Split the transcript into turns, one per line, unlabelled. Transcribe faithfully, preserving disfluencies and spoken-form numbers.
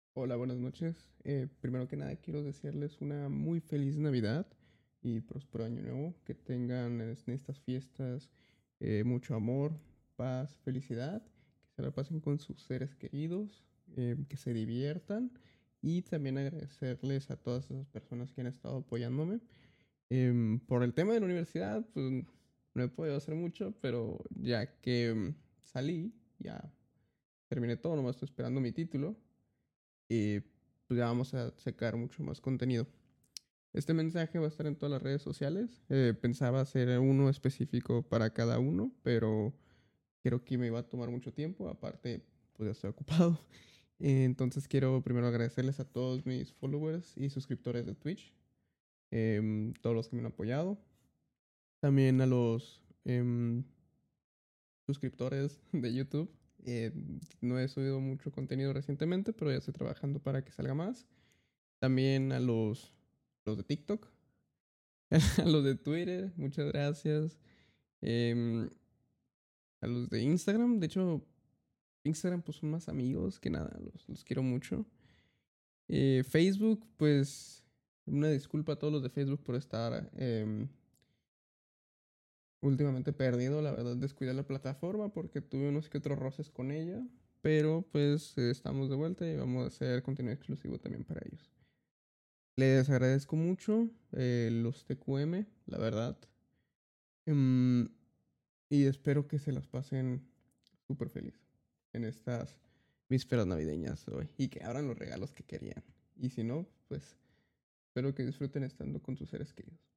Hola, buenas noches. Eh, primero que nada quiero desearles una muy feliz Navidad y próspero año nuevo. Que tengan en estas fiestas eh, mucho amor, paz, felicidad, que se la pasen con sus seres queridos, eh, que se diviertan y también agradecerles a todas esas personas que han estado apoyándome. Em, por el tema de la universidad, pues no he podido hacer mucho, pero ya que em, salí, ya terminé todo, nomás estoy esperando mi título y pues ya vamos a sacar mucho más contenido. Este mensaje va a estar en todas las redes sociales. Eh, pensaba hacer uno específico para cada uno, pero creo que me iba a tomar mucho tiempo. Aparte, pues ya estoy ocupado. Eh, Entonces quiero primero agradecerles a todos mis followers y suscriptores de Twitch, em, todos los que me han apoyado. También a los em, suscriptores de YouTube. Eh, no he subido mucho contenido recientemente, pero ya estoy trabajando para que salga más. También a los, los de TikTok, a los de Twitter, muchas gracias. Em, a los de Instagram, de hecho, Instagram pues son más amigos que nada, los, los quiero mucho. Eh, Facebook, pues una disculpa a todos los de Facebook por estar em, últimamente perdido, la verdad descuidé la plataforma porque tuve unos que otros roces con ella, pero pues eh, estamos de vuelta y vamos a hacer contenido exclusivo también para ellos. Les agradezco mucho eh, los T Q M, la verdad. Em, y espero que se las pasen súper feliz en estas vísperas navideñas hoy y que abran los regalos que querían. Y si no, pues espero que disfruten estando con sus seres queridos.